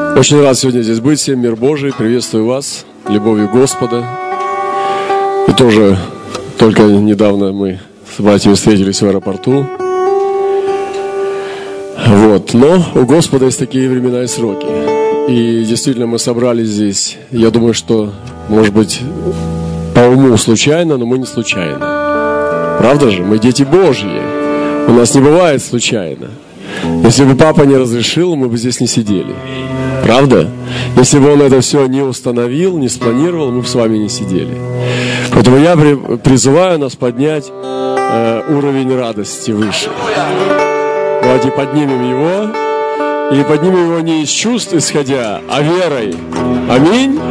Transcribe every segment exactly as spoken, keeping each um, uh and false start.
Очень рад сегодня здесь быть. Всем мир Божий. Приветствую вас любовью Господа. И тоже только недавно мы с братьями встретились в аэропорту. Вот. Но у Господа есть такие времена и сроки. И действительно мы собрались здесь. Я думаю, что, может быть, по уму случайно, но мы не случайно. Правда же? Мы дети Божьи. У нас не бывает случайно. Если бы папа не разрешил, мы бы здесь не сидели. Правда? Если бы он это все не установил, не спланировал, мы бы с вами не сидели. Поэтому я призываю нас поднять э, уровень радости выше. Давайте поднимем его. И поднимем его не из чувств исходя, а верой. Аминь.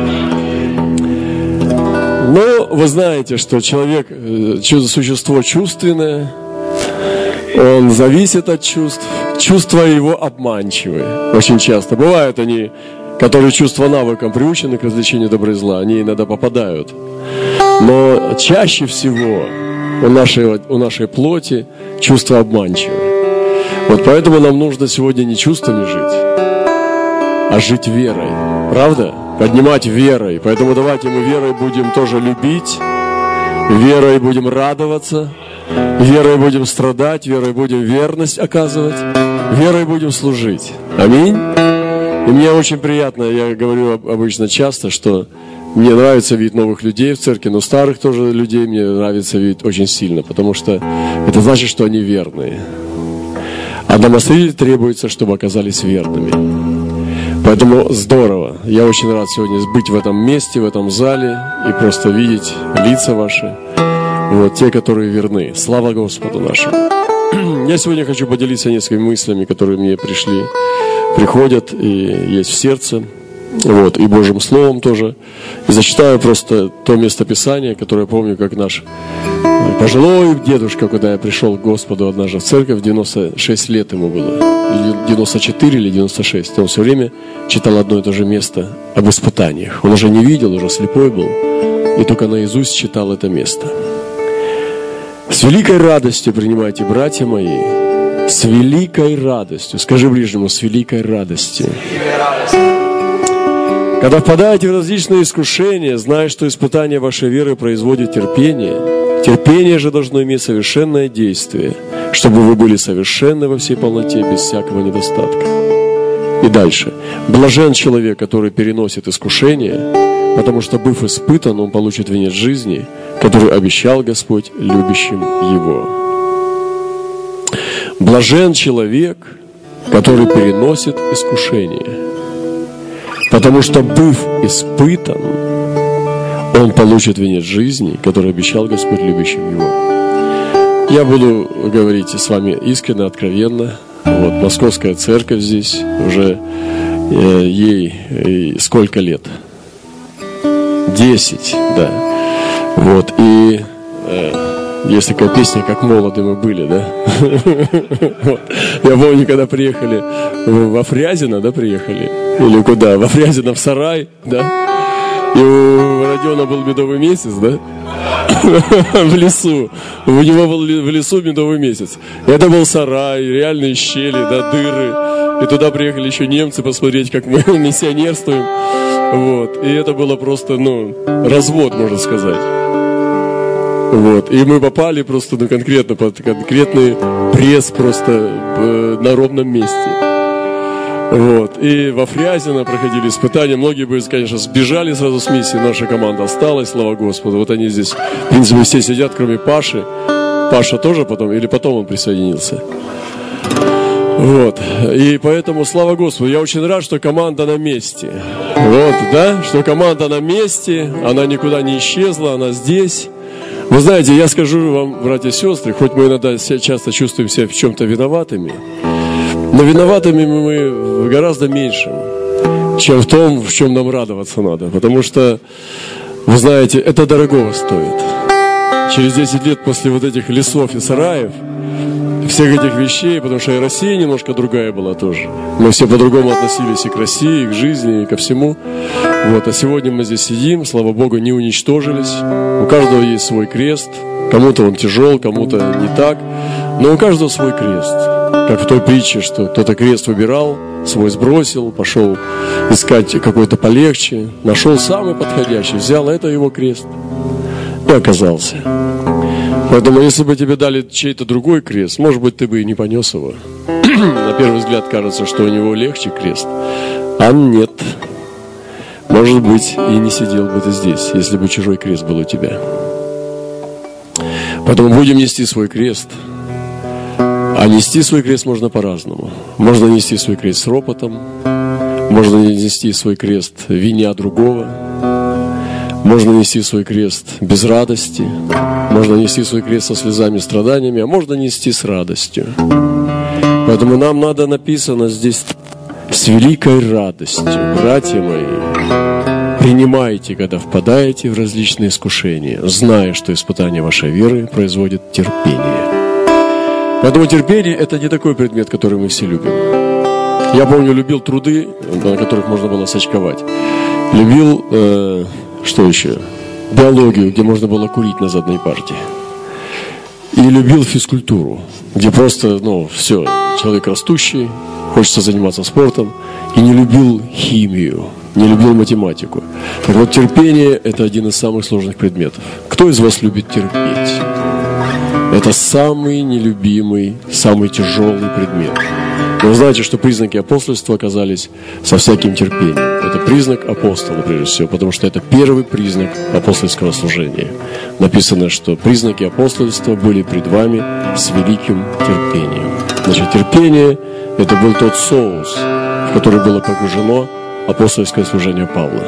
Но вы знаете, что человек, существо чувственное, он зависит от чувств. Чувства его обманчивы. Очень часто. Бывают они, которые чувства навыком приучены к развлечению добра и зла. Они иногда попадают. Но чаще всего у нашей, у нашей плоти чувства обманчивы. Вот поэтому нам нужно сегодня не чувствами жить, а жить верой. Правда? Поднимать верой. Поэтому давайте мы верой будем тоже любить. Верой будем радоваться. Верой будем страдать, верой будем верность оказывать, верой будем служить. Аминь. И мне очень приятно, я говорю обычно часто, что мне нравится видеть новых людей в церкви, но старых тоже людей мне нравится видеть очень сильно, потому что это значит, что они верные. А домостроителям требуется, чтобы оказались верными. Поэтому здорово. Я очень рад сегодня быть в этом месте, в этом зале и просто видеть лица ваши. Вот, те, которые верны. Слава Господу нашему. Я сегодня хочу поделиться несколькими мыслями, которые мне пришли, приходят и есть в сердце. Вот, и Божьим Словом тоже. И зачитаю просто то местописание, которое я помню, как наш пожилой дедушка, когда я пришел к Господу однажды в церковь, девяносто шесть лет ему было, девяносто четыре или девяносто шесть. Он все время читал одно и то же место об испытаниях. Он уже не видел, уже слепой был, и только наизусть читал это место. С великой радостью принимайте, братья мои, с великой радостью, скажи ближнему, с великой радостью. Когда впадаете в различные искушения, зная, что испытание вашей веры производит терпение, терпение же должно иметь совершенное действие, чтобы вы были совершенны во всей полноте, без всякого недостатка. И дальше. Блажен человек, который переносит искушение, потому что, быв испытан, он получит венец жизни, который обещал Господь любящим его. Блажен человек, который переносит искушение, потому что, быв испытан, он получит венец жизни, который обещал Господь любящим его. Я буду говорить с вами искренне, откровенно. Вот, Московская церковь здесь уже э, ей э, сколько лет? Десять, да. Вот, и э, есть такая песня, как молоды мы были, да? Вот. Я помню, когда приехали во Фрязино, да, приехали? Или куда? Во Фрязино, в сарай, да? И у Родиона был медовый месяц, да? В лесу. У него был в лесу медовый месяц. Это был сарай, реальные щели, да, дыры. И туда приехали еще немцы посмотреть, как мы миссионерствуем. Вот. И это было просто, ну, развод, можно сказать. Вот. И мы попали просто, ну, конкретно под конкретный пресс просто э, на ровном месте. Вот. И во Фрязино проходили испытания. Многие бы, конечно, сбежали сразу с миссии. Наша команда осталась, слава Господу. Вот они здесь, в принципе, все сидят, кроме Паши. Паша тоже потом, или потом он присоединился. Вот. И поэтому, слава Господу, я очень рад, что команда на месте. Вот, да, что команда на месте, она никуда не исчезла, она здесь. Вы знаете, я скажу вам, братья и сестры, хоть мы иногда часто чувствуем себя в чем-то виноватыми, но виноватыми мы гораздо меньше, чем в том, в чем нам радоваться надо. Потому что, вы знаете, это дорогого стоит. Через десять лет после вот этих лесов и сараев, всех этих вещей, потому что и Россия немножко другая была тоже. Мы все по-другому относились и к России, и к жизни, и ко всему. Вот. А сегодня мы здесь сидим, слава Богу, не уничтожились. У каждого есть свой крест. Кому-то он тяжел, кому-то не так. Но у каждого свой крест. Как в той притче, что кто-то крест выбирал, свой сбросил, пошел искать какой-то полегче, нашел самый подходящий, взял, это его крест и оказался. Поэтому, если бы тебе дали чей-то другой крест, может быть, ты бы и не понес его. На первый взгляд кажется, что у него легче крест, а нет. Может быть, и не сидел бы ты здесь, если бы чужой крест был у тебя. Поэтому будем нести свой крест. А нести свой крест можно по-разному. Можно нести свой крест с ропотом, можно нести свой крест виня другого, можно нести свой крест без радости, можно нести свой крест со слезами и страданиями, а можно нести с радостью. Поэтому нам надо, написано здесь, с великой радостью, братья мои, принимайте, когда впадаете в различные искушения, зная, что испытание вашей веры производит терпение. Поэтому терпение – это не такой предмет, который мы все любим. Я помню, любил труды, на которых можно было сочковать. Любил, э, что еще? Биологию, где можно было курить на задней парте. И любил физкультуру, где просто, ну, все, человек растущий, хочется заниматься спортом. И не любил химию, не любил математику. Так вот, терпение – это один из самых сложных предметов. Кто из вас любит терпеть? Это самый нелюбимый, самый тяжелый предмет. Но вы знаете, что признаки апостольства оказались со всяким терпением. Это признак апостола, прежде всего, потому что это первый признак апостольского служения. Написано, что признаки апостольства были пред вами с великим терпением. Значит, терпение – это был тот соус, в который было погружено апостольское служение Павла.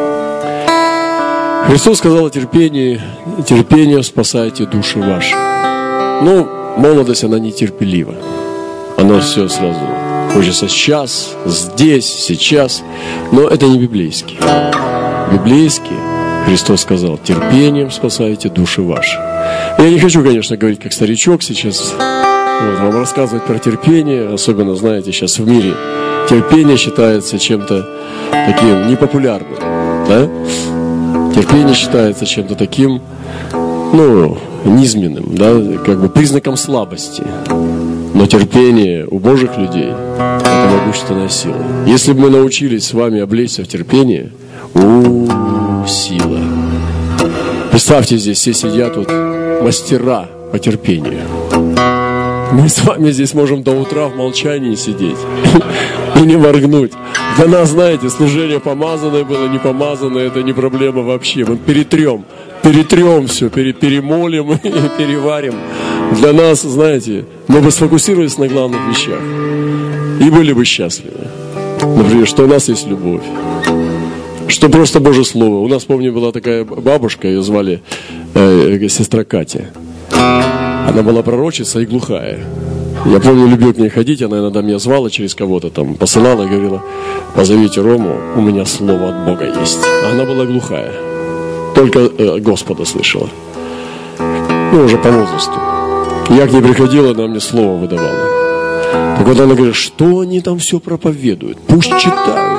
Христос сказал о терпении: терпением спасайте души ваши. Ну, молодость, она нетерпелива. Она все сразу хочется сейчас, здесь, сейчас. Но это не библейский. Библейский, Христос сказал: терпением спасайте души ваши. Я не хочу, конечно, говорить как старичок сейчас, вот, вам рассказывать про терпение. Особенно, знаете, сейчас в мире терпение считается чем-то таким непопулярным. Да? Терпение считается чем-то таким, ну, низменным, да, как бы признаком слабости. Но терпение у Божьих людей – это могущественная сила. Если бы мы научились с вами облечься в терпение, у сила. Представьте, здесь все сидят вот мастера по терпению. Мы с вами здесь можем до утра в молчании сидеть и не моргнуть. Для нас, знаете, служение помазанное было, не помазанное, это не проблема вообще. Мы перетрем, перетрем все, пере, перемолим и переварим. Для нас, знаете, мы бы сфокусировались на главных вещах и были бы счастливы. Например, что у нас есть любовь, что просто Божье Слово. У нас, помню, была такая бабушка, ее звали э, сестра Катя. Она была пророчица и глухая. Я помню, любил к ней ходить, она иногда меня звала через кого-то там, посылала и говорила: позовите Рому, у меня слово от Бога есть. А она была глухая, только э, Господа слышала. Ну, уже по возрасту. Я к ней приходил, она мне слово выдавала. Так вот она говорит: что они там все проповедуют? Пусть читают.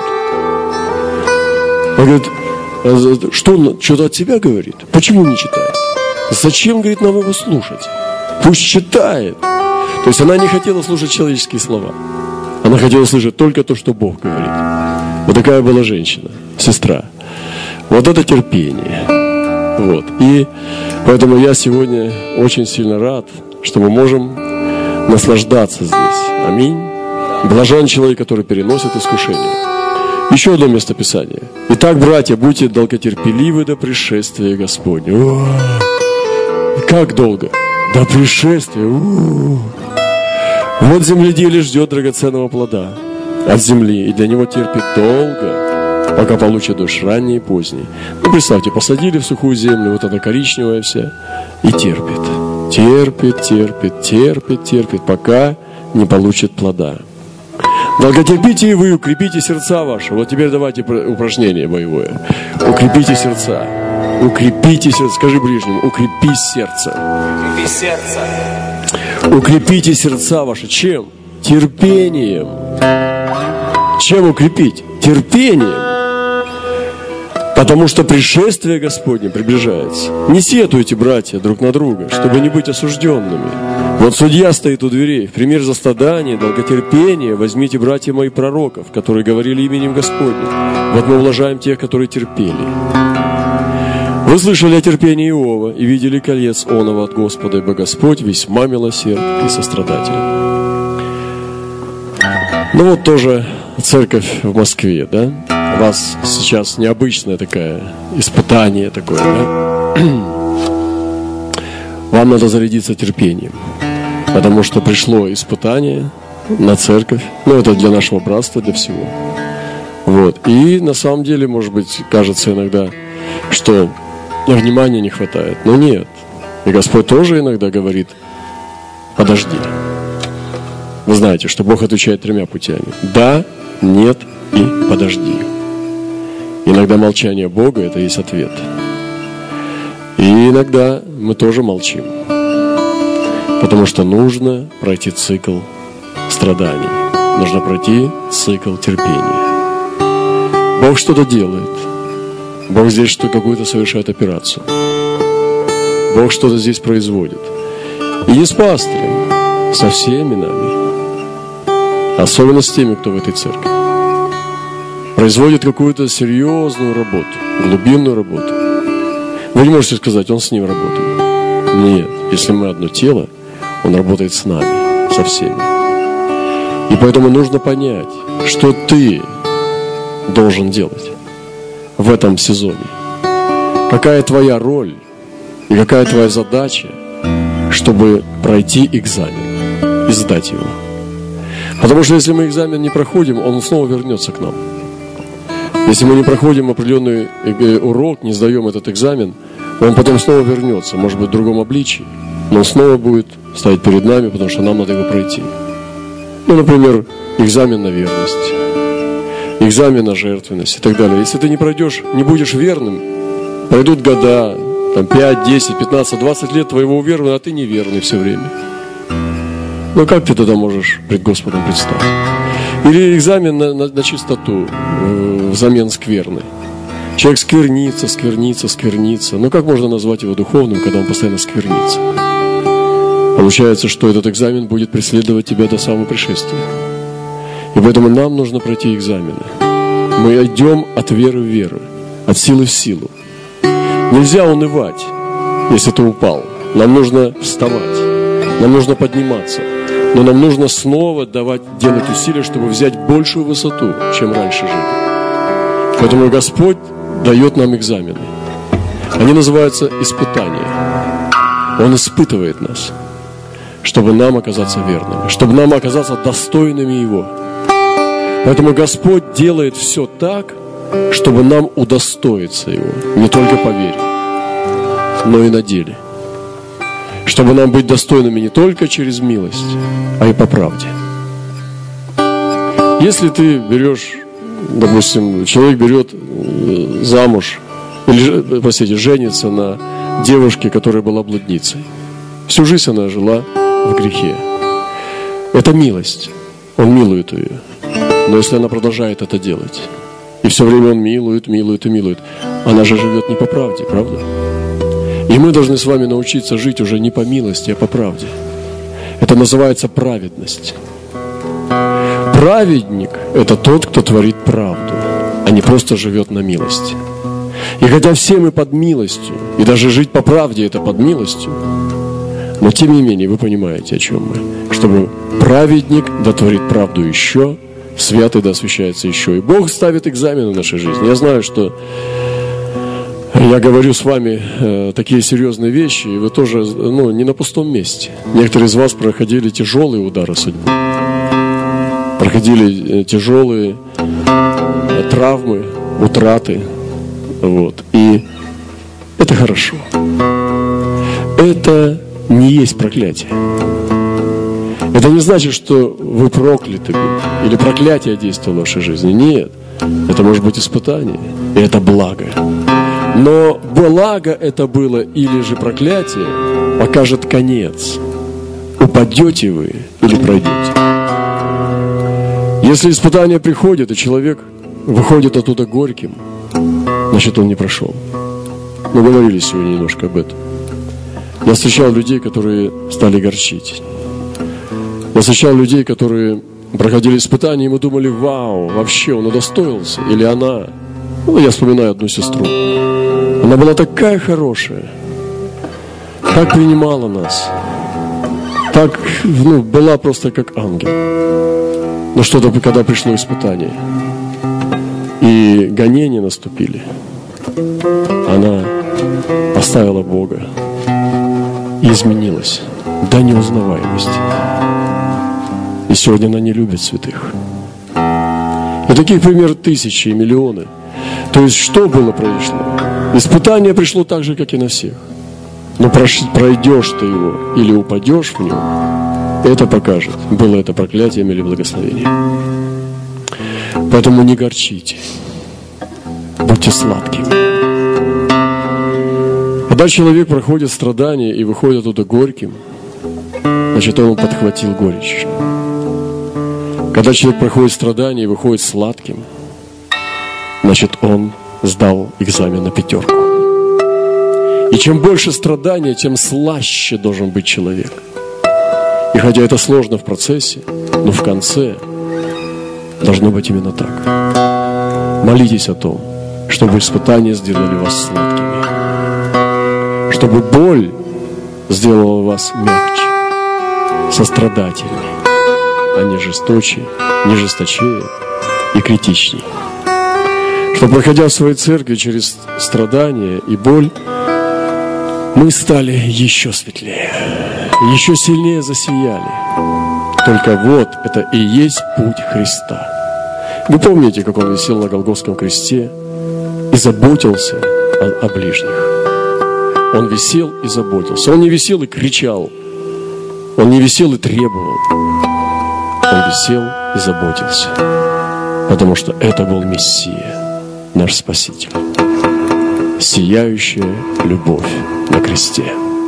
Она говорит: что он что-то от себя говорит? Почему не читает? Зачем, говорит, нам его слушать? Пусть читает. То есть она не хотела слушать человеческие слова. Она хотела слышать только то, что Бог говорит. Вот такая была женщина, сестра. Вот это терпение. Вот. И поэтому я сегодня очень сильно рад, что мы можем наслаждаться здесь. Аминь. Блажен человек, который переносит искушение. Еще одно местописание. Итак, братья, будьте долготерпеливы до пришествия Господня. О, как долго? До пришествия. У-у-у. Вот земледелие ждет драгоценного плода от земли, и для него терпит долго, пока получит дождь ранний и поздний. Ну, представьте, посадили в сухую землю, вот она коричневая вся, и терпит. Терпит, терпит, терпит, терпит, пока не получит плода. Долготерпите и вы, укрепите сердца ваши. Вот теперь давайте упражнение боевое. Укрепите сердца. Укрепите сердце. Скажи ближнему: укрепи сердце. Укрепи сердце. Укрепите сердца ваши. Чем? Терпением. Чем укрепить? Терпением. Потому что пришествие Господне приближается. Не сетуйте, братья, друг на друга, чтобы не быть осужденными. Вот судья стоит у дверей. В пример сострадания, долготерпения возьмите, братья мои, пророков, которые говорили именем Господним. Вот мы ублажаем тех, которые терпели. Вы слышали о терпении Иова и видели колец оного от Господа, ибо Господь весьма милосерд и сострадателен. Ну вот тоже церковь в Москве, да? У вас сейчас необычное такое испытание такое, да? Вам надо зарядиться терпением, потому что пришло испытание на церковь. Ну, это для нашего братства, для всего. Вот. И на самом деле, может быть, кажется иногда, что внимания не хватает. Но нет. И Господь тоже иногда говорит: подожди. Вы знаете, что Бог отвечает тремя путями: да, нет и подожди. Иногда молчание Бога – это есть ответ. И иногда мы тоже молчим, потому что нужно пройти цикл страданий, нужно пройти цикл терпения. Бог что-то делает, Бог здесь что какую-то совершает операцию, Бог что-то здесь производит. И не с пастырем, со всеми нами, особенно с теми, кто в этой церкви, производит какую-то серьезную работу, глубинную работу. Вы не можете сказать: он с ним работает. Нет, если мы одно тело, он работает с нами, со всеми. И поэтому нужно понять, что ты должен делать в этом сезоне. Какая твоя роль и какая твоя задача, чтобы пройти экзамен и сдать его. Потому что если мы экзамен не проходим, он снова вернется к нам. Если мы не проходим определенный урок, не сдаем этот экзамен, он потом снова вернется, может быть, в другом обличии, но он снова будет стоять перед нами, потому что нам надо его пройти. Ну, например, экзамен на верность, экзамен на жертвенность и так далее. Если ты не пройдешь, не будешь верным, пройдут года, там, пять, десять, пятнадцать, двадцать лет твоего уверования, а ты неверный все время. Ну, как ты тогда можешь пред Господом предстать? Или экзамен на, на, на чистоту э, взамен скверны. Человек сквернится, сквернится, сквернится. Ну, как можно назвать его духовным, когда он постоянно сквернится? Получается, что этот экзамен будет преследовать тебя до самого пришествия. И поэтому нам нужно пройти экзамены. Мы идем от веры в веру, от силы в силу. Нельзя унывать, если ты упал. Нам нужно вставать, нам нужно подниматься. Но нам нужно снова давать, делать усилия, чтобы взять большую высоту, чем раньше жили. Поэтому Господь дает нам экзамены. Они называются испытания. Он испытывает нас, чтобы нам оказаться верными, чтобы нам оказаться достойными Его. Поэтому Господь делает все так, чтобы нам удостоиться Его. Не только по вере, но и на деле. Чтобы нам быть достойными не только через милость, а и по правде. Если ты берешь, допустим, человек берет замуж, или, простите, женится на девушке, которая была блудницей. Всю жизнь она жила в грехе. Это милость. Он милует ее. Но если она продолжает это делать, и все время он милует, милует и милует, она же живет не по правде, правда? И мы должны с вами научиться жить уже не по милости, а по правде. Это называется праведность. Праведник – это тот, кто творит правду, а не просто живет на милости. И хотя все мы под милостью, и даже жить по правде – это под милостью, но тем не менее вы понимаете, о чем мы. Чтобы праведник дотворит правду еще, святый да освящается еще. И Бог ставит экзамены в нашей жизни. Я знаю, что я говорю с вами э, такие серьезные вещи, и вы тоже, ну, не на пустом месте. Некоторые из вас проходили тяжелые удары судьбы, проходили э, тяжелые э, травмы, утраты, вот. И это хорошо. Это не есть проклятие. Это не значит, что вы прокляты были, или проклятие действовало в вашей жизни. Нет, это может быть испытание, и это благо. Но благо это было или же проклятие покажет конец. Упадете вы или пройдете. Если испытание приходит, и человек выходит оттуда горьким, значит, он не прошел. Мы говорили сегодня немножко об этом. Я встречал людей, которые стали горчить. Я встречал людей, которые проходили испытания, и мы думали: вау, вообще он удостоился, или она. Ну, я вспоминаю одну сестру. Она была такая хорошая, так принимала нас, так, ну, была просто как ангел. Но что-то, когда пришло испытание, и гонения наступили, она оставила Бога и изменилась до неузнаваемости. И сегодня она не любит святых. И таких примеров тысячи и миллионы. То есть что было произошло? Испытание пришло так же, как и на всех. Но пройдешь ты его или упадешь в него, это покажет, было это проклятием или благословением. Поэтому не горчите, будьте сладкими. Когда человек проходит страдания и выходит оттуда горьким, значит, он подхватил горечь. Когда человек проходит страдания и выходит сладким, значит, он сдал экзамен на пятерку. И чем больше страдания, тем слаще должен быть человек. И хотя это сложно в процессе, но в конце должно быть именно так. Молитесь о том, чтобы испытания сделали вас сладкими, чтобы боль сделала вас мягче, сострадательней, а не жесточе, не жесточее и критичней. Что, проходя в своей церкви через страдания и боль, мы стали еще светлее, еще сильнее засияли. Только вот это и есть путь Христа. Вы помните, как Он висел на Голгофском кресте и заботился о, о ближних. Он висел и заботился. Он не висел и кричал. Он не висел и требовал. Он висел и заботился. Потому что это был Мессия, наш Спаситель. Сияющая любовь на кресте.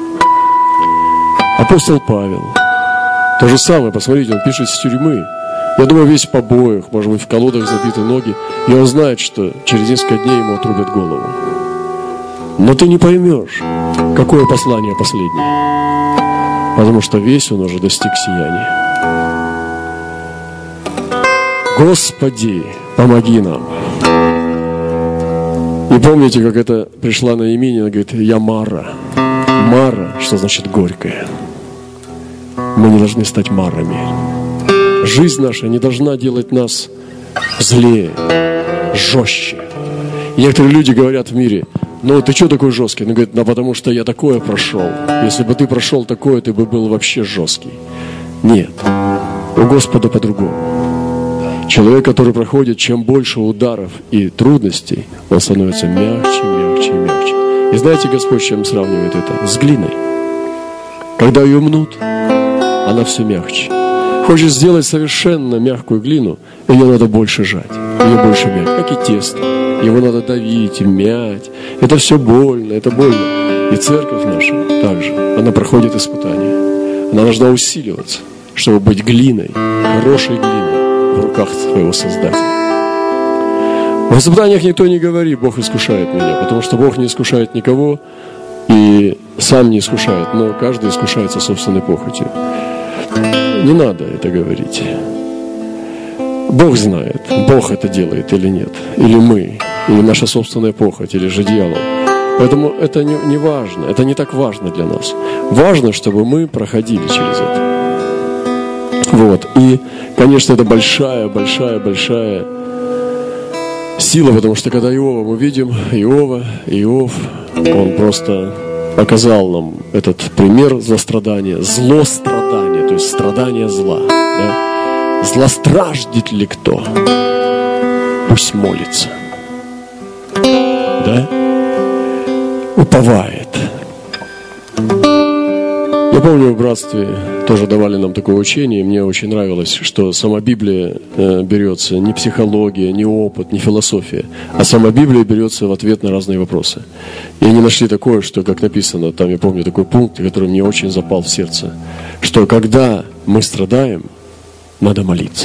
Апостол Павел. То же самое, посмотрите, он пишет с тюрьмы. Я думаю, весь в побоях, может быть, в колодах забиты ноги. И он знает, что через несколько дней ему отрубят голову. Но ты не поймешь, какое послание последнее. Потому что весь он уже достиг сияния. Господи, помоги нам. И помните, как это пришла на имени, она говорит: я Мара. Мара, что значит горькая. Мы не должны стать марами. Жизнь наша не должна делать нас злее, жестче. И некоторые люди говорят в мире: ну ты что такой жесткий? Он говорит: ну потому что я такое прошел. Если бы ты прошел такое, ты бы был вообще жесткий. Нет, у Господа по-другому. Человек, который проходит, чем больше ударов и трудностей, он становится мягче, мягче и мягче. И знаете, Господь с чем сравнивает это? С глиной. Когда ее мнут, она все мягче. Хочешь сделать совершенно мягкую глину, ее надо больше жать, ее больше мять, как и тесто. Его надо давить, мять. Это все больно, это больно. И церковь наша также, она проходит испытания. Она должна усиливаться, чтобы быть глиной, хорошей глиной в руках своего Создателя. В испытаниях никто не говори: Бог искушает меня, потому что Бог не искушает никого и сам не искушает, но каждый искушается собственной похотью. Не надо это говорить. Бог знает, Бог это делает или нет, или мы, или наша собственная похоть, или же дьявол. Поэтому это не, не важно, это не так важно для нас. Важно, чтобы мы проходили через это. Вот. И, конечно, это большая, большая, большая сила, потому что когда Иова мы видим, Иова, Иов, он просто показал нам этот пример злострадания, злострадания, то есть страдания зла. Да? Злостраждет ли кто? Пусть молится. Да? Уповает. Я помню, в братстве тоже давали нам такое учение, и мне очень нравилось, что сама Библия э, берется не психология, не опыт, не философия, а сама Библия берется в ответ на разные вопросы. И они нашли такое, что, как написано, там я помню такой пункт, который мне очень запал в сердце, что когда мы страдаем, надо молиться.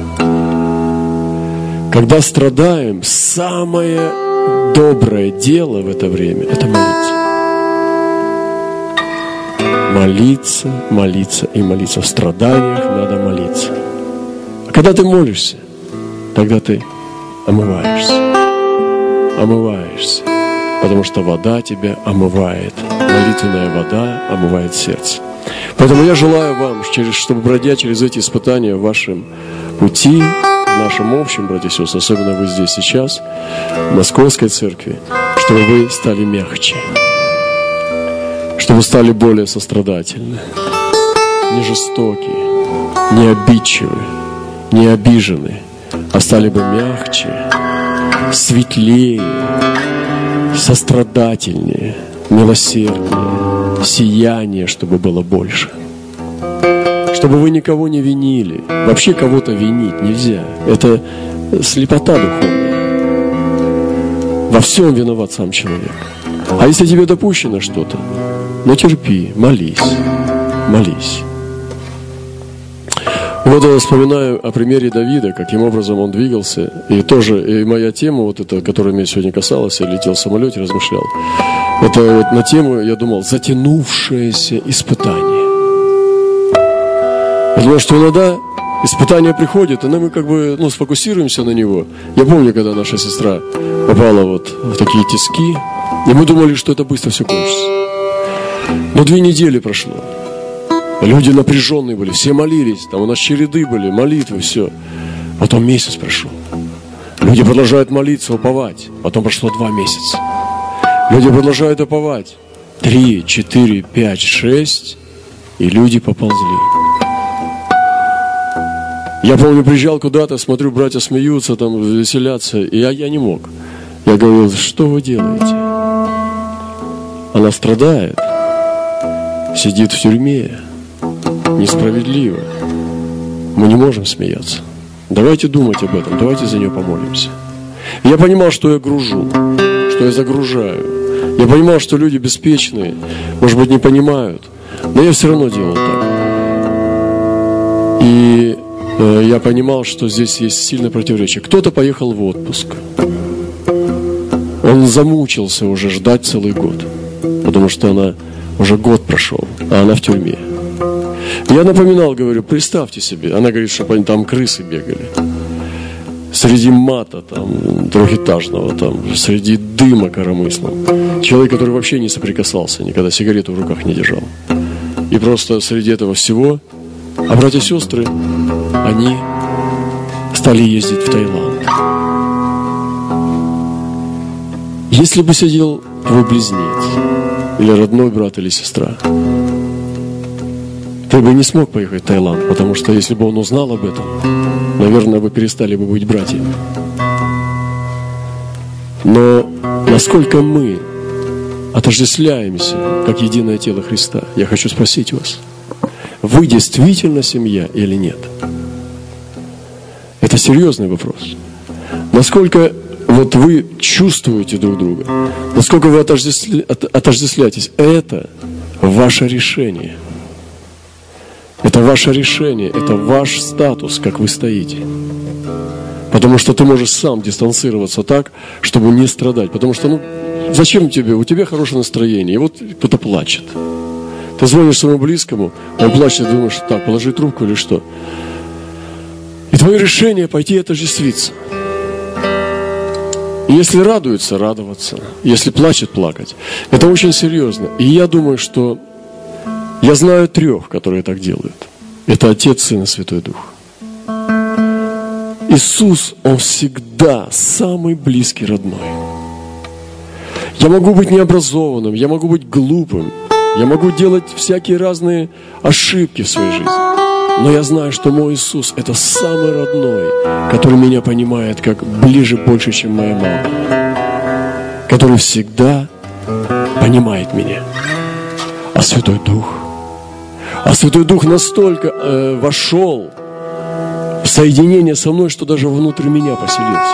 Когда страдаем, самое доброе дело в это время – это молиться. молиться, молиться и молиться. В страданиях надо молиться. А когда ты молишься, тогда ты омываешься. Омываешься. Потому что вода тебя омывает. Молитвенная вода омывает сердце. Поэтому я желаю вам, чтобы, бродя через эти испытания в вашем пути, в нашем общем, братья и сестры, особенно вы здесь сейчас, в Московской церкви, чтобы вы стали мягче, чтобы стали более сострадательны, не жестокие, не обидчивы, не обижены, а стали бы мягче, светлее, сострадательнее, милосерднее, сияние, чтобы было больше. Чтобы вы никого не винили. Вообще кого-то винить нельзя. Это слепота духовная. Во всем виноват сам человек. А если тебе допущено что-то, ну терпи, молись, молись. Вот я вспоминаю о примере Давида, каким образом он двигался. И тоже, и моя тема, вот эта, которая меня сегодня касалась, я летел в самолете, размышлял. Это вот на тему, я думал, затянувшееся испытание. Я думаю, что иногда испытание приходит, и мы как бы, ну, сфокусируемся на него. Я помню, когда наша сестра попала вот в такие тиски, и мы думали, что это быстро все кончится. Но две недели прошло. Люди напряженные были, все молились, там у нас череды были, молитвы, все. Потом месяц прошел. Люди продолжают молиться, уповать. Потом прошло два месяца. Люди продолжают уповать. Три, четыре, пять, шесть. И люди поползли. Я помню, приезжал куда-то, смотрю, братья смеются, там, веселятся. И я, я не мог. Я говорил, что вы делаете? Она страдает. Сидит в тюрьме. Несправедливо. Мы не можем смеяться. Давайте думать об этом, давайте за нее помолимся. И я понимал, что я гружу, что я загружаю. Я понимал, что люди беспечные, может быть, не понимают, но я все равно делал так. И э, я понимал, что здесь есть сильное противоречие. Кто-то поехал в отпуск. Он замучился уже ждать целый год, потому что она уже год прошел, а она в тюрьме. Я напоминал, говорю, представьте себе. Она говорит, что там крысы бегали. Среди мата там, трехэтажного, там, среди дыма коромысла. Человек, который вообще не соприкасался, никогда сигарету в руках не держал. И просто среди этого всего, а братья и сестры, они стали ездить в Таиланд. Если бы сидел твой близнец, или родной брат, или сестра, ты бы не смог поехать в Таиланд, потому что если бы он узнал об этом, наверное, вы перестали бы быть братьями. Но насколько мы отождествляемся, как единое тело Христа, я хочу спросить вас, вы действительно семья или нет? Это серьезный вопрос. Насколько вот вы чувствуете друг друга, насколько вы отождествля... отождествляетесь, это ваше решение. Это ваше решение, это ваш статус, как вы стоите. Потому что ты можешь сам дистанцироваться так, чтобы не страдать. Потому что, ну, зачем тебе? У тебя хорошее настроение, и вот кто-то плачет. Ты звонишь своему близкому, он плачет, думаешь, так, положи трубку или что. И твое решение пойти отождествиться. И если радуется, радоваться. Если плачет, плакать. Это очень серьезно. И я думаю, что я знаю трех, которые так делают. Это Отец, Сын и Святой Дух. Иисус, Он всегда самый близкий родной. Я могу быть необразованным, я могу быть глупым, я могу делать всякие разные ошибки в своей жизни. Но я знаю, что мой Иисус – это самый родной, который меня понимает как ближе больше, чем моя мама. Который всегда понимает меня. А Святой Дух – А Святой Дух настолько э, вошел в соединение со мной, что даже внутрь меня поселился.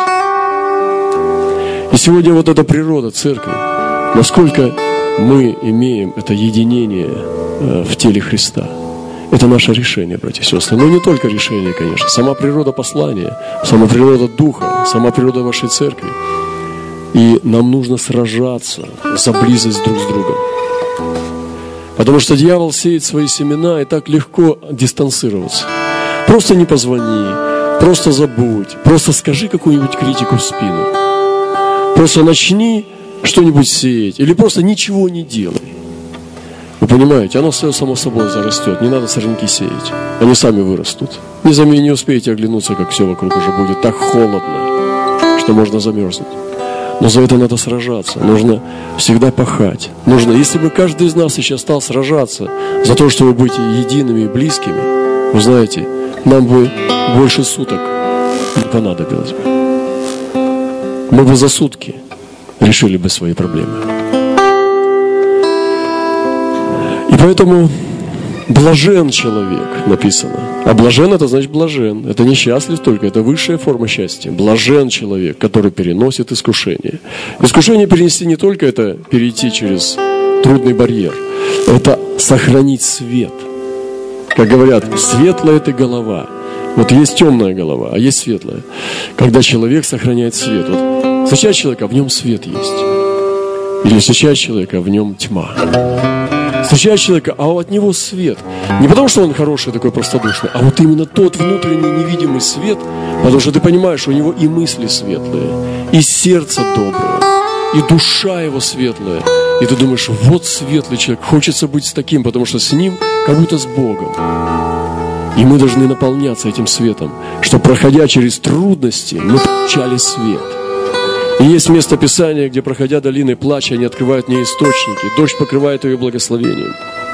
И сегодня вот эта природа церкви, насколько мы имеем это единение э, в теле Христа. Это наше решение, братья и сестры. Но не только решение, конечно. Сама природа послания, сама природа Духа, сама природа вашей церкви. И нам нужно сражаться за близость друг с другом. Потому что дьявол сеет свои семена, и так легко дистанцироваться. Просто не позвони, просто забудь, просто скажи какую-нибудь критику в спину. Просто начни что-нибудь сеять, или просто ничего не делай. Вы понимаете, оно все само собой зарастет, не надо сорняки сеять, они сами вырастут. Не, заме, не успеете оглянуться, как все вокруг уже будет так холодно, что можно замерзнуть. Но за это надо сражаться, нужно всегда пахать. Нужно, если бы каждый из нас сейчас стал сражаться за то, чтобы быть едиными и близкими, вы знаете, нам бы больше суток не понадобилось бы. Мы бы за сутки решили бы свои проблемы. И поэтому блажен человек, написано. А блажен — это значит блажен. Это не счастлив только, это высшая форма счастья. Блажен человек, который переносит искушение. Искушение перенести не только это перейти через трудный барьер. Это сохранить свет. Как говорят, светлая ты голова. Вот есть темная голова, а есть светлая. Когда человек сохраняет свет. Вот встречает человека, а в нем свет есть. Или встречает человека, а в нем тьма. Встречаешь человека, а от него свет. Не потому, что он хороший, такой простодушный, а вот именно тот внутренний невидимый свет, потому что ты понимаешь, что у него и мысли светлые, и сердце доброе, и душа его светлая. И ты думаешь, вот светлый человек, хочется быть с таким, потому что с ним как будто с Богом. И мы должны наполняться этим светом, чтобы, проходя через трудности, мы получали свет. И есть место Писания, где, проходя долины плача, они открывают мне источники. Дождь покрывает ее благословением.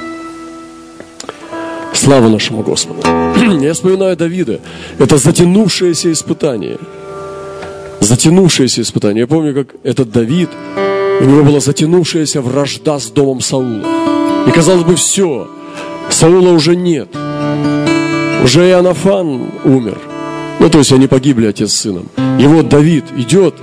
Слава нашему Господу. Я вспоминаю Давида. Это затянувшееся испытание. Затянувшееся испытание. Я помню, как этот Давид, у него была затянувшаяся вражда с домом Саула. И казалось бы, все. Саула уже нет. Уже Иоаннафан умер. Ну, то есть они погибли, отец с сыном. И вот Давид идет,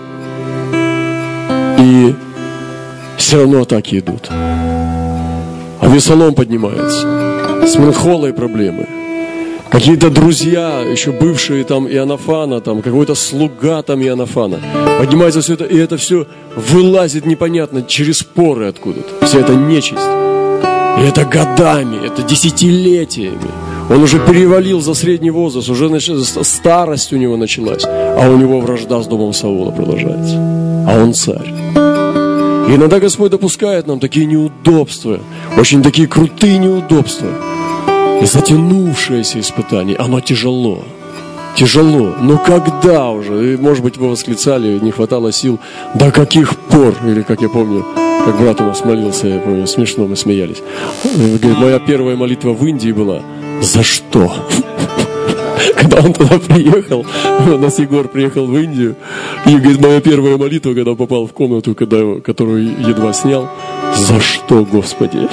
и все равно атаки идут. А Авесолом поднимается. С Мелхолой проблемы. Какие-то друзья, еще бывшие там Иоаннафана, там какой-то слуга там Иоаннафана. Поднимается все это, и это все вылазит непонятно через поры откуда-то. Вся эта нечисть. И это годами, это десятилетиями. Он уже перевалил за средний возраст, уже нач... старость у него началась. А у него вражда с домом Саула продолжается. А он царь. И иногда Господь допускает нам такие неудобства, очень такие крутые неудобства. И затянувшееся испытание, оно тяжело. Тяжело. Но когда уже? И, может быть, вы восклицали, не хватало сил. До каких пор? Или, как я помню, как брат у нас молился, я помню, смешно мы смеялись. Говорит, моя первая молитва в Индии была: за что? Когда он туда приехал, у нас Егор приехал в Индию, и говорит, моя первая молитва, когда попал в комнату, когда, которую едва снял: за что, Господи?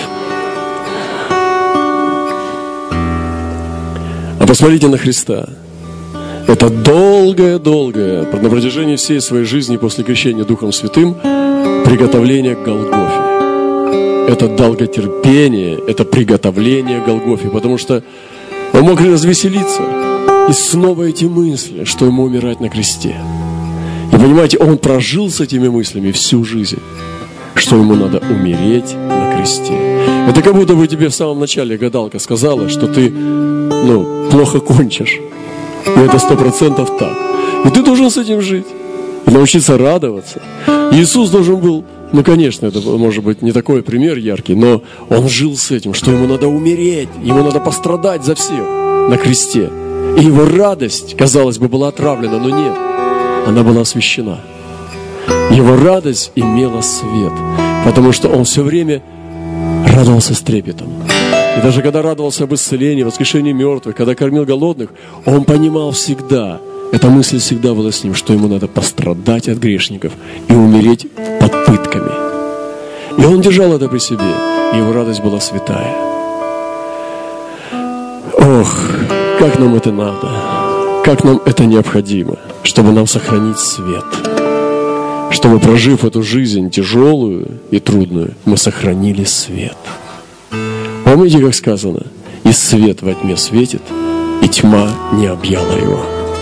А посмотрите на Христа. Это долгое-долгое, на протяжении всей своей жизни после крещения Духом Святым, приготовление к Голгофе. Это долготерпение, это приготовление к Голгофе, потому что он мог развеселиться. И снова эти мысли, что ему умирать на кресте. И понимаете, он прожил с этими мыслями всю жизнь, что ему надо умереть на кресте. Это как будто бы тебе в самом начале гадалка сказала, что ты, ну, плохо кончишь. И это сто процентов так. И ты должен с этим жить. И научиться радоваться. Иисус должен был, ну, конечно, это может быть не такой пример яркий, но он жил с этим, что ему надо умереть, ему надо пострадать за всех на кресте. И его радость, казалось бы, была отравлена, но нет. Она была освящена. Его радость имела свет, потому что он все время радовался с трепетом. И даже когда радовался об исцелении, воскрешении мертвых, когда кормил голодных, он понимал всегда, эта мысль всегда была с ним, что ему надо пострадать от грешников и умереть под пытками. И он держал это при себе, и его радость была святая. Ох, как нам это надо, как нам это необходимо, чтобы нам сохранить свет, чтобы, прожив эту жизнь тяжелую и трудную, мы сохранили свет. Помните, как сказано? И свет во тьме светит, и тьма не объяла его.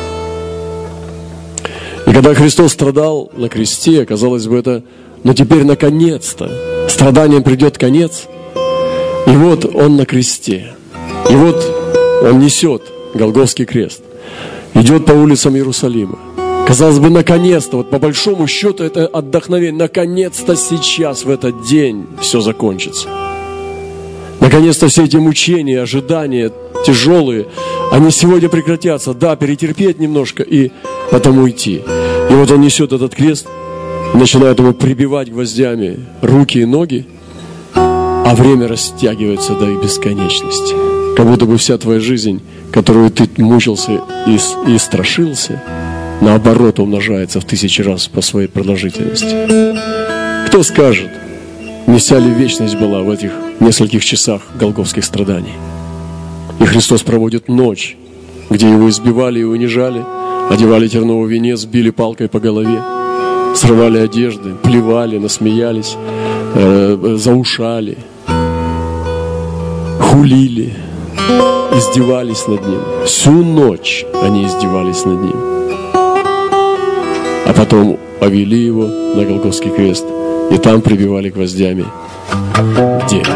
И когда Христос страдал на кресте, казалось бы, это, ну теперь наконец-то, страданиям придет конец. И И вот Он на кресте. И вот Он несет Голгофский крест. Идет по улицам Иерусалима. Казалось бы, наконец-то, вот по большому счету это отдохновение. Наконец-то сейчас, в этот день, все закончится. Наконец-то все эти мучения, ожидания тяжелые, они сегодня прекратятся. Да, перетерпеть немножко и потом уйти. И вот Он несет этот крест, начинает Ему прибивать гвоздями руки и ноги, а время растягивается до бесконечности. Как будто бы вся твоя жизнь, которую ты мучился и, и страшился, наоборот, умножается в тысячи раз по своей продолжительности. Кто скажет, не вся ли вечность была в этих нескольких часах голгофских страданий? И Христос проводит ночь, где Его избивали и унижали, одевали терновый венец, били палкой по голове, срывали одежды, плевали, насмеялись, э, заушали, хулили, издевались над Ним. Всю ночь они издевались над Ним. А потом повели Его на Голгофский крест и там прибивали гвоздями к дереву.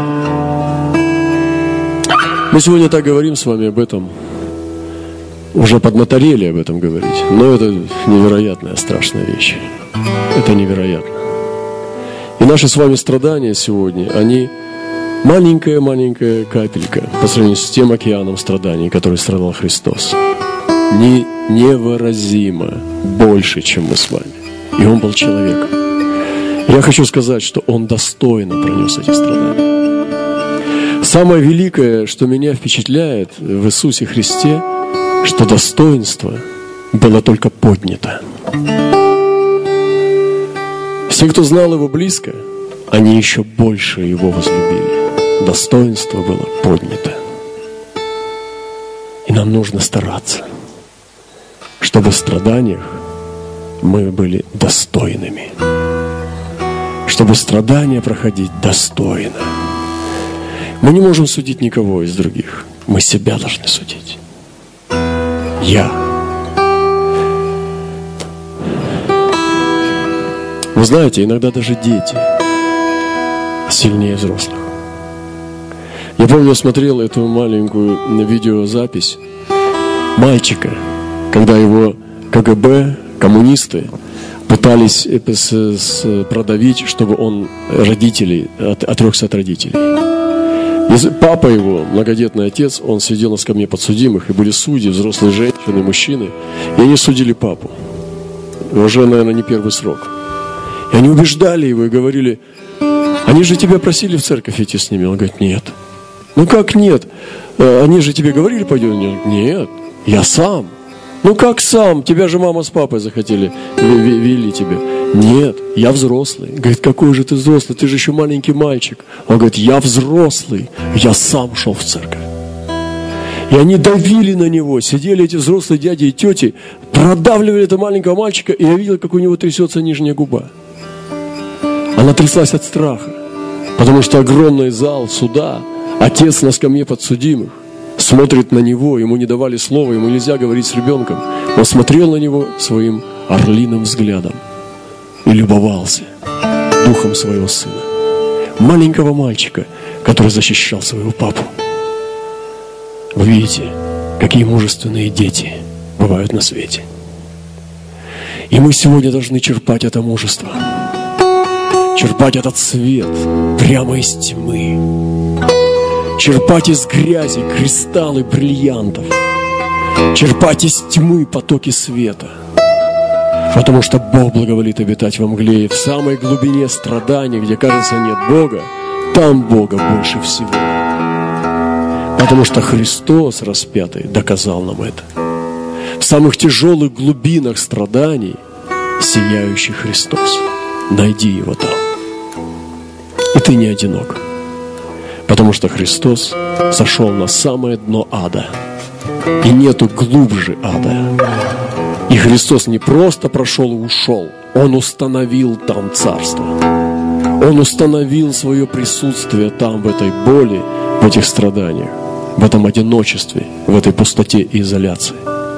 Мы сегодня так говорим с вами об этом, уже поднаторели об этом говорить, но это невероятная, страшная вещь. Это невероятно. И наши с вами страдания сегодня, они маленькая-маленькая капелька по сравнению с тем океаном страданий, который страдал Христос. Не, невыразимо больше, чем мы с вами. И Он был человеком. Я хочу сказать, что Он достойно пронес эти страдания. Самое великое, что меня впечатляет в Иисусе Христе, что достоинство было только поднято. Все, кто знал Его близко, они еще больше Его возлюбили. Достоинство было поднято. И нам нужно стараться, чтобы в страданиях мы были достойными. Чтобы страдания проходить достойно. Мы не можем судить никого из других. Мы себя должны судить. Я. Вы знаете, иногда даже дети сильнее взрослых. Я помню, я смотрел эту маленькую видеозапись мальчика, когда его КГБ, коммунисты, пытались продавить, чтобы он родителей, отрекся от родителей. И папа его, многодетный отец, он сидел на скамье подсудимых, и были судьи, взрослые женщины, мужчины, и они судили папу. Уже, наверное, не первый срок. И они убеждали его и говорили: они же тебя просили в церковь идти с ними. Он говорит: нет. Ну как нет? Они же тебе говорили, пойдем? Нет, я сам. Ну как сам? Тебя же мама с папой захотели, вели тебя. Нет, я взрослый. Говорит: какой же ты взрослый? Ты же еще маленький мальчик. Он говорит: я взрослый. Я сам шел в церковь. И они давили на него. Сидели эти взрослые дяди и тети, продавливали этого маленького мальчика, и я видел, как у него трясется нижняя губа. Она тряслась от страха, потому что огромный зал суда, отец на скамье подсудимых, смотрит на него, ему не давали слова, ему нельзя говорить с ребенком. Он смотрел на него своим орлиным взглядом и любовался духом своего сына, маленького мальчика, который защищал своего папу. Вы видите, какие мужественные дети бывают на свете. И мы сегодня должны черпать это мужество, черпать этот свет прямо из тьмы, черпать из грязи кристаллы бриллиантов, черпать из тьмы потоки света. Потому что Бог благоволит обитать во мгле, и в самой глубине страданий, где, кажется, нет Бога, там Бога больше всего. Потому что Христос распятый доказал нам это. В самых тяжелых глубинах страданий сияющий Христос. Найди Его там. И ты не одинок. Потому что Христос сошел на самое дно ада. И нету глубже ада. И Христос не просто прошел и ушел. Он установил там царство. Он установил свое присутствие там, в этой боли, в этих страданиях, в этом одиночестве, в этой пустоте и изоляции.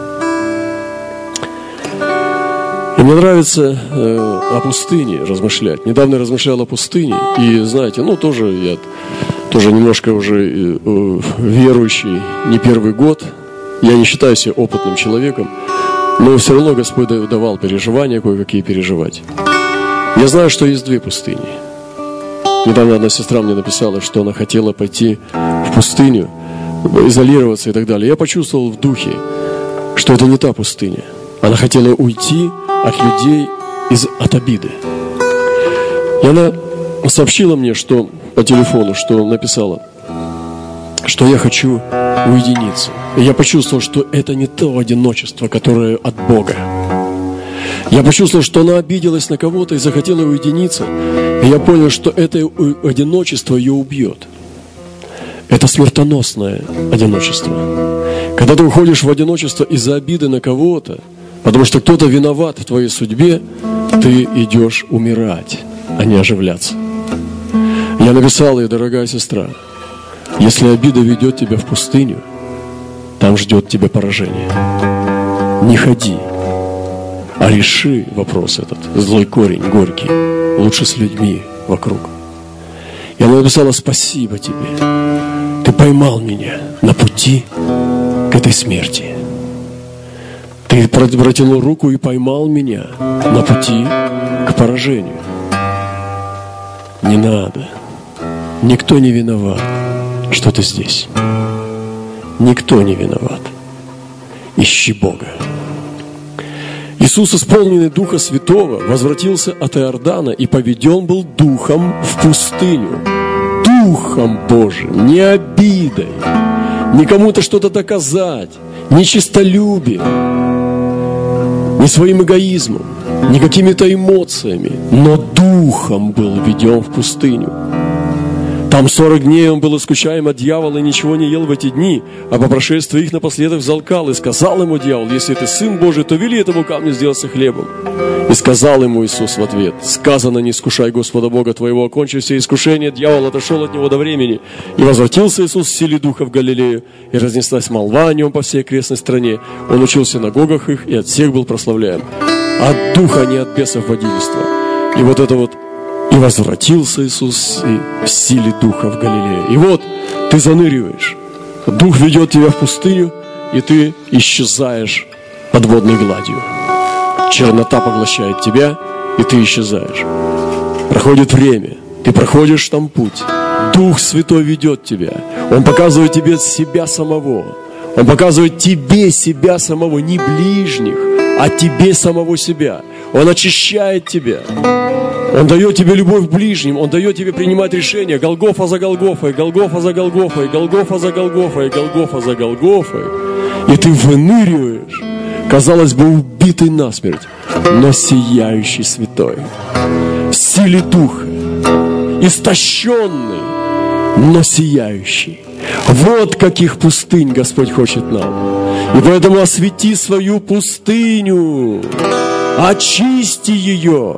И мне нравится э, о пустыне размышлять. Недавно я размышлял о пустыне. И знаете, ну тоже я тоже немножко уже верующий, не первый год. Я не считаю себя опытным человеком, но все равно Господь давал переживания, кое-какие переживать. Я знаю, что есть две пустыни. Недавно одна сестра мне написала, что она хотела пойти в пустыню, изолироваться и так далее. Я почувствовал в духе, что это не та пустыня. Она хотела уйти от людей, из, от обиды. И она сообщила мне, что по телефону, что написала, что я хочу уединиться. И я почувствовал, что это не то одиночество, которое от Бога. Я почувствовал, что она обиделась на кого-то и захотела уединиться. И я понял, что это одиночество ее убьет. Это смертоносное одиночество. Когда ты уходишь в одиночество из-за обиды на кого-то, потому что кто-то виноват в твоей судьбе, ты идешь умирать, а не оживляться. Я написал ей: дорогая сестра, если обида ведет тебя в пустыню, там ждет тебя поражение. Не ходи, а реши вопрос этот, злой корень, горький, лучше с людьми вокруг. И она написала: спасибо тебе, ты поймал меня на пути к этой смерти. Ты протянул руку и поймал меня на пути к поражению. Не надо. Никто не виноват, что ты здесь. Никто не виноват. Ищи Бога. Иисус, исполненный Духа Святого, возвратился от Иордана и поведен был Духом в пустыню. Духом Божиим, не обидой, не кому-то что-то доказать, не честолюбием, не своим эгоизмом, не какими-то эмоциями, но Духом был введен в пустыню. Там сорок дней он был искушаем от дьявола и ничего не ел в эти дни, а по прошествии их напоследок взалкал, и сказал ему дьявол: если ты Сын Божий, то вели этому камню сделаться хлебом. И сказал ему Иисус в ответ: сказано, не искушай Господа Бога твоего. Окончив все искушения, дьявол отошел от него до времени. И возвратился Иисус в силе Духа в Галилею, и разнеслась молва о нем по всей окрестной стране. Он учил в синагогах их, и от всех был прославляем. От Духа, а не от бесов водительства. И вот это вот: и возвратился Иисус в силе Духа в Галилее. И вот ты заныриваешь. Дух ведет тебя в пустыню, и ты исчезаешь под водной гладью. Чернота поглощает тебя, и ты исчезаешь. Проходит время, ты проходишь там путь. Дух Святой ведет тебя. Он показывает тебе себя самого. Он показывает тебе себя самого, не ближних, а тебе самого себя. Он очищает тебя. Он дает тебе любовь к ближним. Он дает тебе принимать решения. Голгофа за Голгофой, Голгофа за Голгофой, Голгофа за Голгофой, Голгофа за Голгофой. И ты выныриваешь, казалось бы, убитый насмерть, но сияющий святой, в силе Духа, истощенный, но сияющий. Вот каких пустынь Господь хочет нам. И поэтому освети свою пустыню, очисти ее,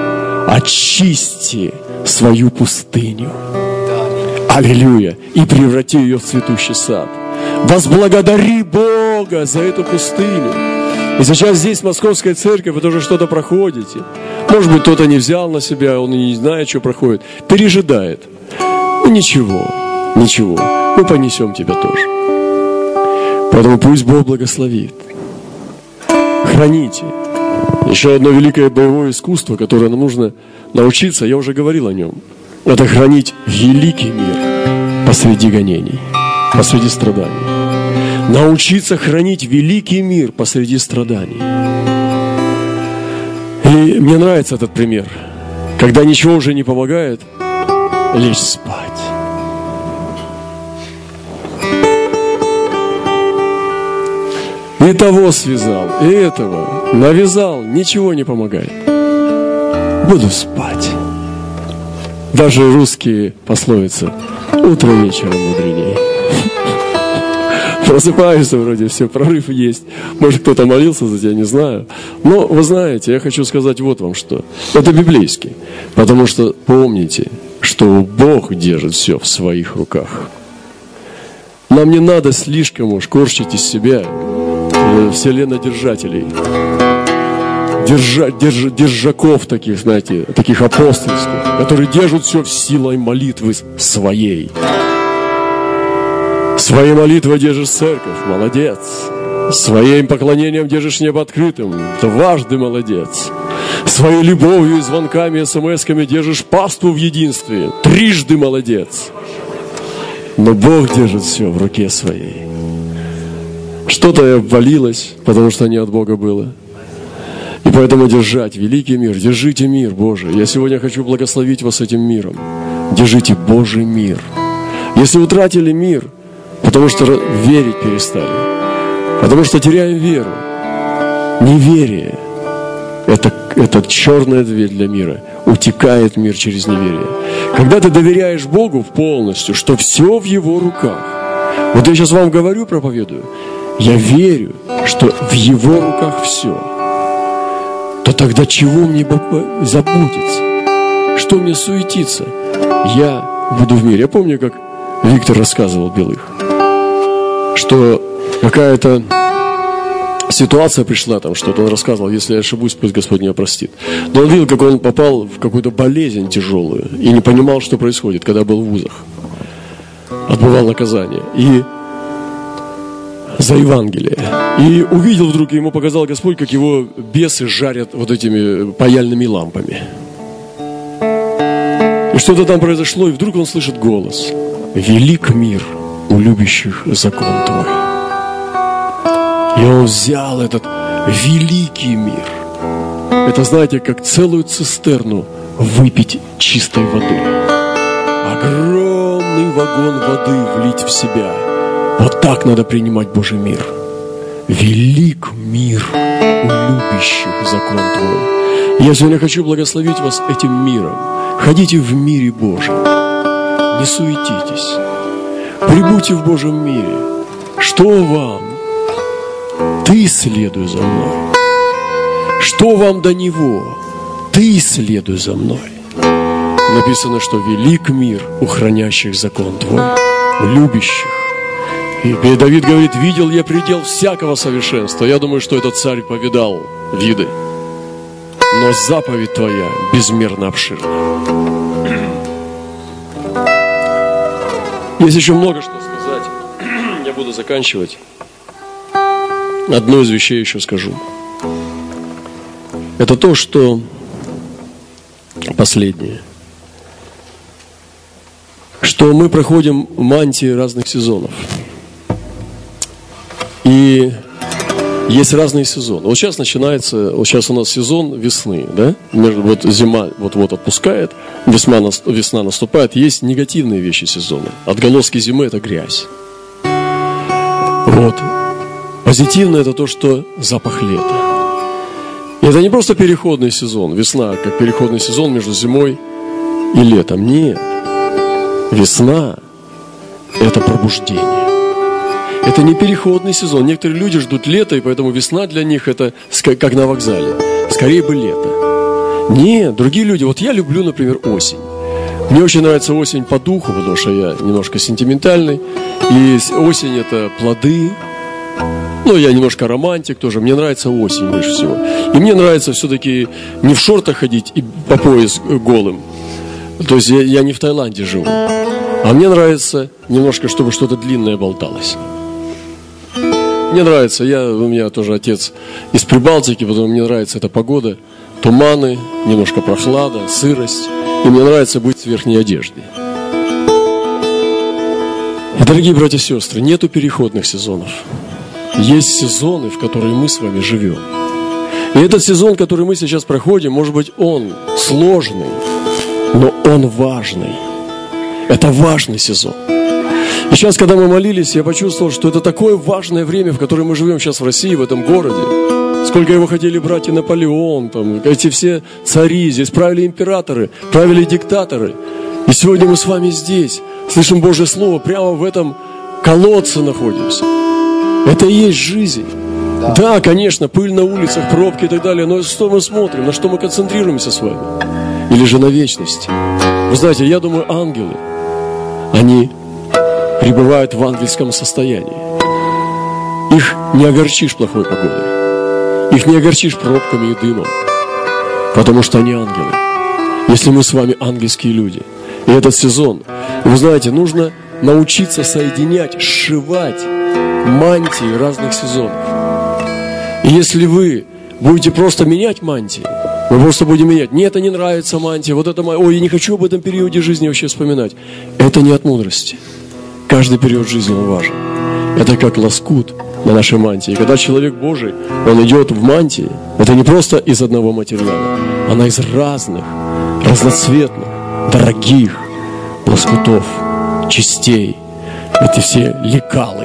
очисти свою пустыню. Аллилуйя! И преврати ее в цветущий сад. Возблагодари Бога за эту пустыню. И сейчас здесь Московская церковь, вы тоже что-то проходите. Может быть, кто-то не взял на себя, он и не знает, что проходит. Пережидает. Ну ничего, ничего. Мы понесем тебя тоже. Поэтому пусть Бог благословит. Храните. Еще одно великое боевое искусство, которое нам нужно научиться, я уже говорил о нем. Это хранить великий мир посреди гонений, посреди страданий. Научиться хранить великий мир посреди страданий. И мне нравится этот пример. Когда ничего уже не помогает, лечь спать. И того связал, и этого навязал, ничего не помогает. Буду спать. Даже русские пословицы: утро вечером мудренее. Просыпаешься, вроде все, прорыв есть. Может, кто-то молился за тебя, не знаю. Но, вы знаете, я хочу сказать вот вам что. Это библейский. Потому что помните, что Бог держит все в своих руках. Нам не надо слишком уж корчить из себя вселеннодержателей. держа, держа, держаков таких, знаете, таких апостольских, которые держат все силой молитвы своей. Своей молитвой держишь церковь, молодец. Своим поклонением держишь небо открытым, дважды молодец. Своей любовью и звонками, смс-ками держишь паству в единстве, трижды молодец. Но Бог держит все в руке своей. Что-то и обвалилось, потому что не от Бога было. И поэтому держать великий мир, держите мир Божий. Я сегодня хочу благословить вас этим миром. Держите Божий мир. Если утратили мир, потому что верить перестали, потому что теряем веру, неверие – это, это черная дверь для мира. Утекает мир через неверие. Когда ты доверяешь Богу полностью, что все в Его руках. Вот я сейчас вам говорю, проповедую, я верю, что в Его руках все. То тогда чего мне заботиться? Что мне суетиться? Я буду в мире. Я помню, как Виктор рассказывал Белых, что какая-то ситуация пришла, там что-то он рассказывал, если я ошибусь, пусть Господь меня простит. Но он видел, как он попал в какую-то болезнь тяжелую и не понимал, что происходит, когда был в вузах. Отбывал наказание. И за Евангелие. И увидел вдруг, и ему показал Господь, как его бесы жарят вот этими паяльными лампами. И что-то там произошло, и вдруг он слышит голос: «Велик мир у любящих закон Твой». И он взял этот великий мир. Это, знаете, как целую цистерну выпить чистой воды. Огромный вагон воды влить в себя. Вот так надо принимать Божий мир. Велик мир у любящих закон Твой. И я сегодня хочу благословить вас этим миром. Ходите в мире Божьем. Не суетитесь. Прибудьте в Божьем мире. Что вам? Ты следуй за мной. Что вам до Него? Ты следуй за мной. Написано, что велик мир у хранящих закон Твой, у любящих. И Давид говорит: видел я предел всякого совершенства. Я думаю, что этот царь повидал виды. Но заповедь Твоя безмерно обширна. Есть еще много что сказать. Я буду заканчивать. Одну из вещей еще скажу. Это то, что последнее. Что мы проходим мантии разных сезонов. И есть разные сезоны. Вот сейчас начинается, вот сейчас у нас сезон весны, да? Вот зима вот-вот отпускает, весна, весна наступает. Есть негативные вещи сезона. Отголоски зимы – это грязь. Вот. Позитивно – это то, что запах лета. И это не просто переходный сезон, весна, как переходный сезон между зимой и летом. Нет. Весна – это пробуждение. Это не переходный сезон. Некоторые люди ждут лета, и поэтому весна для них – это как на вокзале. Скорее бы лето. Нет, другие люди. Вот я люблю, например, осень. Мне очень нравится осень по духу, потому что я немножко сентиментальный. И осень – это плоды. Ну, я немножко романтик тоже. Мне нравится осень больше всего. И мне нравится все-таки не в шортах ходить и по пояс голым. То есть я, я не в Таиланде живу. А мне нравится немножко, чтобы что-то длинное болталось. Мне нравится, я, у меня тоже отец из Прибалтики, потому мне нравится эта погода. Туманы, немножко прохлада, сырость. И мне нравится быть в верхней одежде. И, дорогие братья и сестры, нету переходных сезонов. Есть сезоны, в которые мы с вами живем. И этот сезон, который мы сейчас проходим, может быть, он сложный, но он важный. Это важный сезон. И сейчас, когда мы молились, я почувствовал, что это такое важное время, в котором мы живем сейчас в России, в этом городе. Сколько его хотели брать и Наполеон, там, эти все цари, здесь правили императоры, правили диктаторы. И сегодня мы с вами здесь, слышим Божье Слово, прямо в этом колодце находимся. Это и есть жизнь. Да. Да, конечно, пыль на улицах, пробки и так далее, но что мы смотрим, на что мы концентрируемся с вами? Или же на вечности? Вы знаете, я думаю, ангелы, они пребывают в ангельском состоянии. Их не огорчишь плохой погодой. Их не огорчишь пробками и дымом, потому что они ангелы. Если мы с вами ангельские люди. И этот сезон, вы знаете, нужно научиться соединять, сшивать мантии разных сезонов. И если вы будете просто менять мантии, мы просто будем менять. Мне это не нравится мантия, вот это, ой, я не хочу об этом периоде жизни вообще вспоминать. Это не от мудрости. Каждый период жизни он важен. Это как лоскут на нашей мантии. И когда человек Божий, он идет в мантии, это не просто из одного материала, она из разных, разноцветных, дорогих лоскутов, частей. Эти все лекалы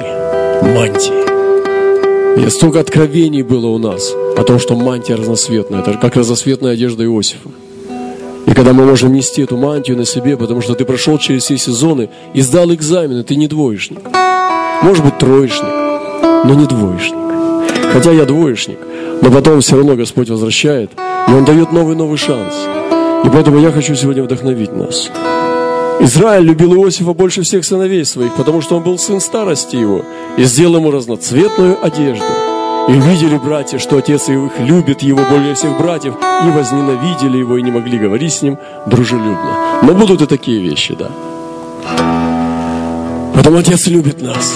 мантии. И столько откровений было у нас о том, что мантия разноцветная. Это как разноцветная одежда Иосифа. И когда мы можем нести эту мантию на себе, потому что ты прошел через все сезоны и сдал экзамены, ты не двоечник. Может быть, троечник, но не двоечник. Хотя я двоечник, но потом все равно Господь возвращает, и Он дает новый-новый шанс. И поэтому я хочу сегодня вдохновить нас. Израиль любил Иосифа больше всех сыновей своих, потому что он был сын старости его, и сделал ему разноцветную одежду. И увидели братья, что отец их любит его более всех братьев, и возненавидели его, и не могли говорить с ним дружелюбно. Но будут и такие вещи, да. Потому отец любит нас.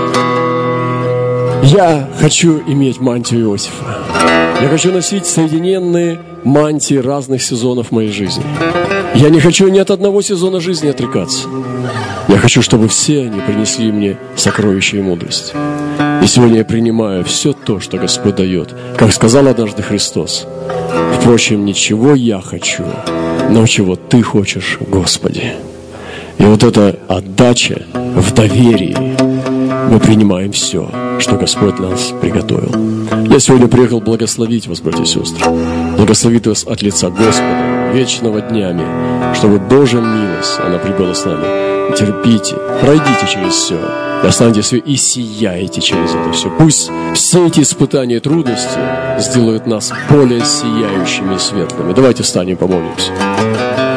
Я хочу иметь мантию Иосифа. Я хочу носить соединенные мантии разных сезонов моей жизни. Я не хочу ни от одного сезона жизни отрекаться. Я хочу, чтобы все они принесли мне сокровища и мудрость. И сегодня я принимаю все то, что Господь дает. Как сказал однажды Христос: впрочем, ничего я хочу, но чего Ты хочешь, Господи. И вот эта отдача в доверии, мы принимаем все, что Господь нас приготовил. Я сегодня приехал благословить вас, братья и сестры. Благословить вас от лица Господа, вечного днями, чтобы Божья милость, она прибыла с нами. Терпите, пройдите через все, и останьтесь все, и сияйте через это все. Пусть все эти испытания и трудности сделают нас более сияющими и светлыми. Давайте встанем, помолимся.